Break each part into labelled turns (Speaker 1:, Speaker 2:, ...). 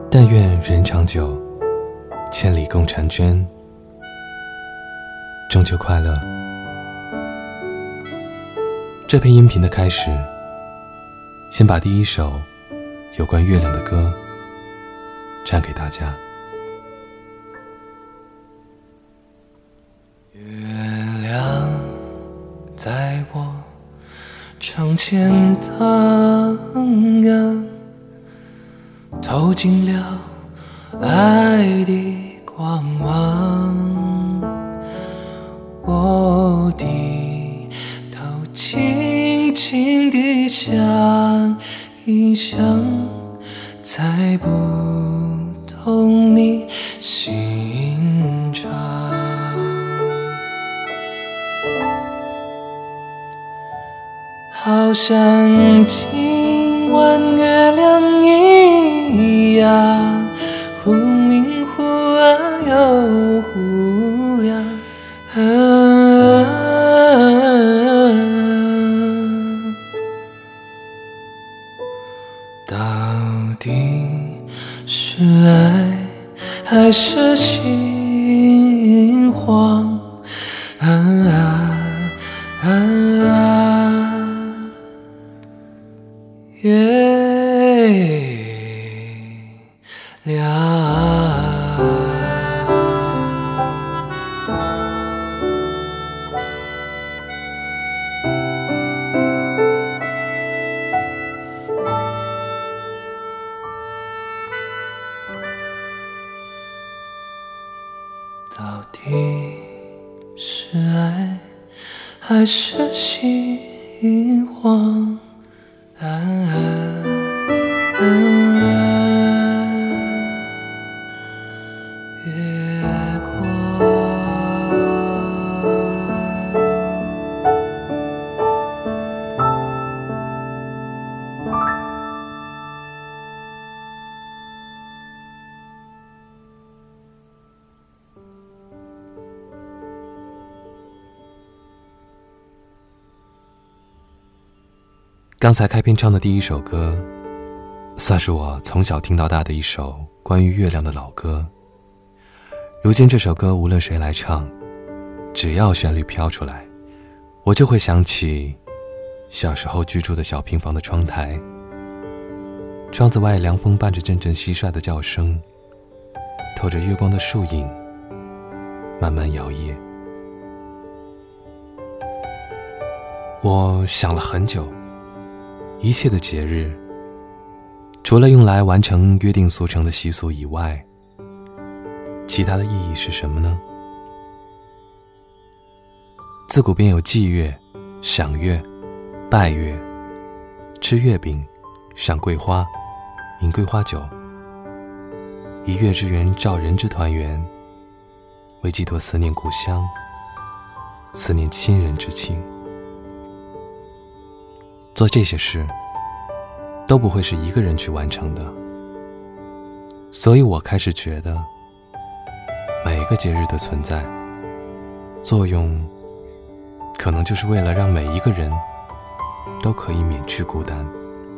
Speaker 1: 但愿人长久，千里共婵娟。中秋快乐。这篇音频的开始，先把第一首有关月亮的歌唱给大家。
Speaker 2: 月亮在我窗前荡漾，透进了爱的光芒，我低头轻轻地想一想，猜不懂你心肠。好像今晚月亮一样，忽明忽暗又忽亮，到底是爱还是心慌？月亮，到底是爱还是心慌？月光，
Speaker 1: 刚才开篇唱的第一首歌，算是我从小听到大的一首关于月亮的老歌。如今这首歌无论谁来唱，只要旋律飘出来，我就会想起小时候居住的小平房的窗台，窗子外凉风伴着阵阵蟋蟀的叫声，透着月光的树影慢慢摇曳。我想了很久，一切的节日，除了用来完成约定俗成的习俗以外，其他的意义是什么呢？自古便有祭月、赏月、拜月、吃月饼、赏桂花、饮桂花酒，以月之圆照人之团圆，为寄托思念故乡、思念亲人之情。做这些事都不会是一个人去完成的，所以我开始觉得每个节日的存在作用，可能就是为了让每一个人都可以免去孤单。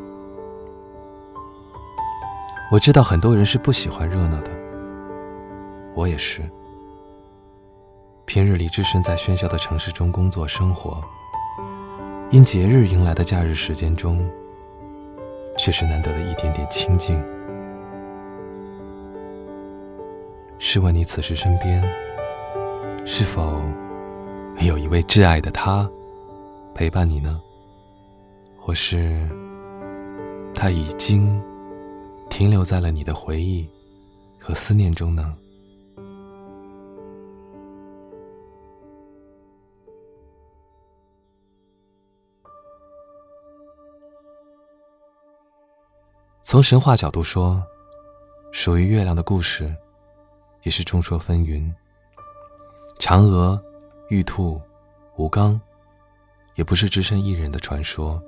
Speaker 1: 我知道很多人是不喜欢热闹的，我也是。平日里置身在喧嚣的城市中工作生活，因节日迎来的假日时间中，却是难得的一点点清静。试问你此时身边，是否有一位挚爱的他陪伴你呢？或是他已经停留在了你的回忆和思念中呢？从神话角度说，属于月亮的故事也是众说纷纭。嫦娥、玉兔、吴刚也不是只身一人的传说。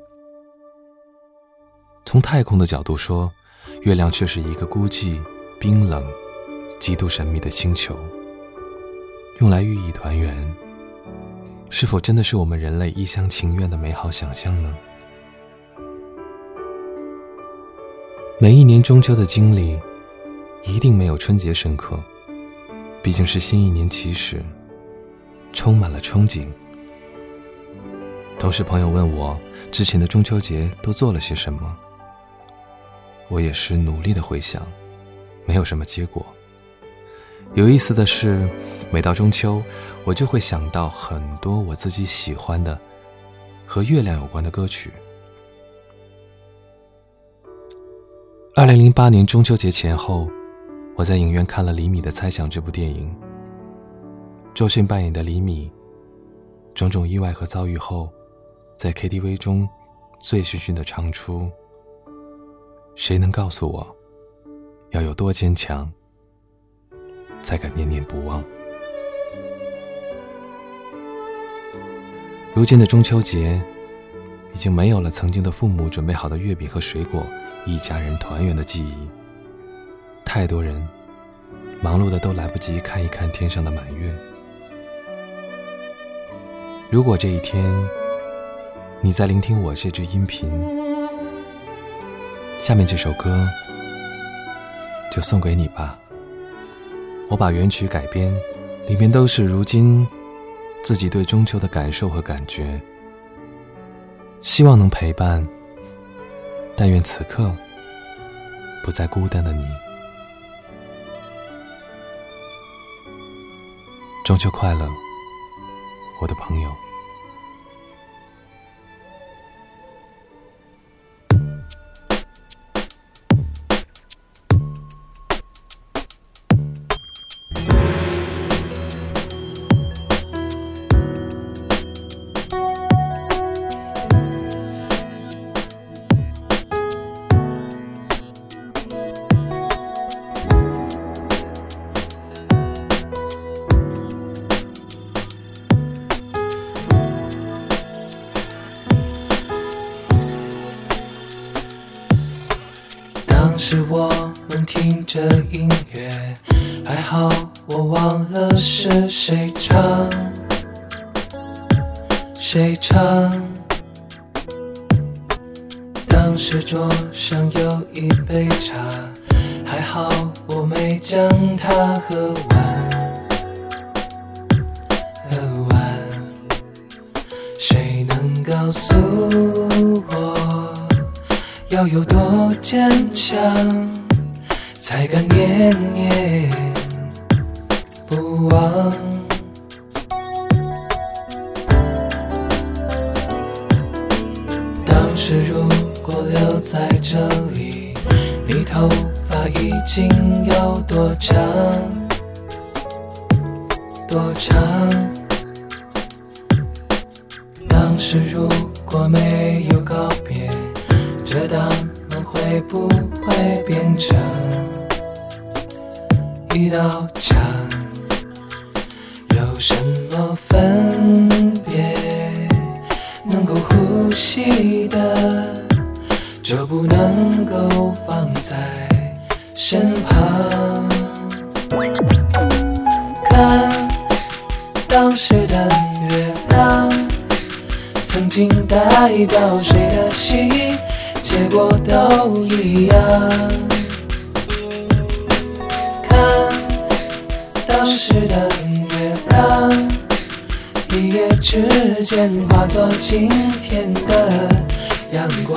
Speaker 1: 从太空的角度说，月亮却是一个孤寂、冰冷、极度神秘的星球，用来寓意团圆，是否真的是我们人类一厢情愿的美好想象呢？每一年中秋的经历一定没有春节深刻，毕竟是新一年起始，充满了憧憬。同事朋友问我之前的中秋节都做了些什么，我也是努力的回想，没有什么结果。有意思的是，每到中秋，我就会想到很多我自己喜欢的和月亮有关的歌曲。2008年中秋节前后，我在影院看了李米的《猜想》这部电影。周迅扮演的李米，种种意外和遭遇后，在 KTV 中醉醺醺地唱出：谁能告诉我，要有多坚强，才敢念念不忘。如今的中秋节，已经没有了曾经的父母准备好的月饼和水果，一家人团圆的记忆。太多人忙碌的都来不及看一看天上的满月。如果这一天你在聆听我这支音频，下面这首歌就送给你吧。我把原曲改编，里面都是如今自己对中秋的感受和感觉，希望能陪伴，但愿此刻不再孤单的你。中秋快乐，我的朋友。
Speaker 2: 当时我们听着音乐，还好我忘了是谁唱。当时桌上有一杯茶，还好我没将它喝完。谁能告诉我，要有多坚强，才敢念念不忘。当时如果留在这里，你头发已经有多长？当时如果没有告别，这道门会不会变成一道墙？有什么分别能够呼吸的，就不能够放在身旁？看当时的月亮，曾经代表谁的心，结果都一样。看当时的月亮，一夜之间化作今天的阳光。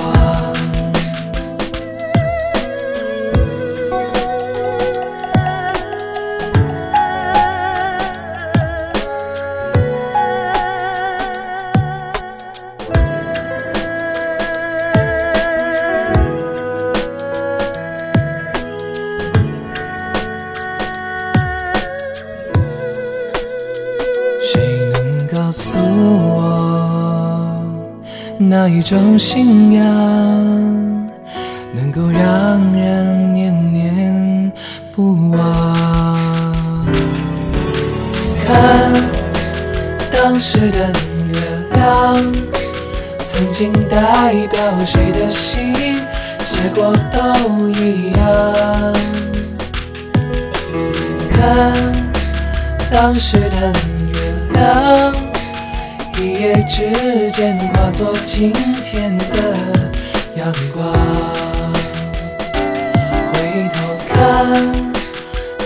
Speaker 2: 告诉我，哪一种信仰能够让人念念不忘？看当时的月亮，曾经代表谁的心，结果都一样。看当时的月亮，一夜之间化作今天的阳光。回头看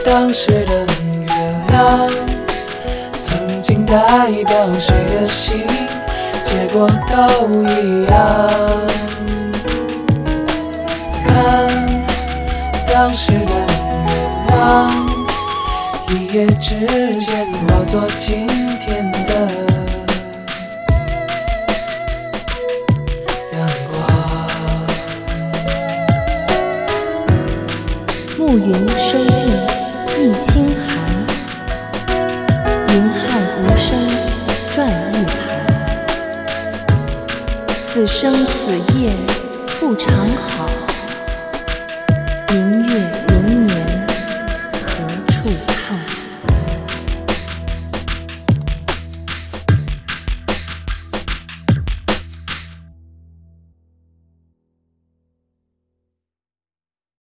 Speaker 2: 当时的月亮曾经代表谁的心，结果都一样。看当时的月亮，一夜之间化作今天的阳光。
Speaker 3: 暮云收尽一清寒，云汉无声转一盘。此生此夜不长好，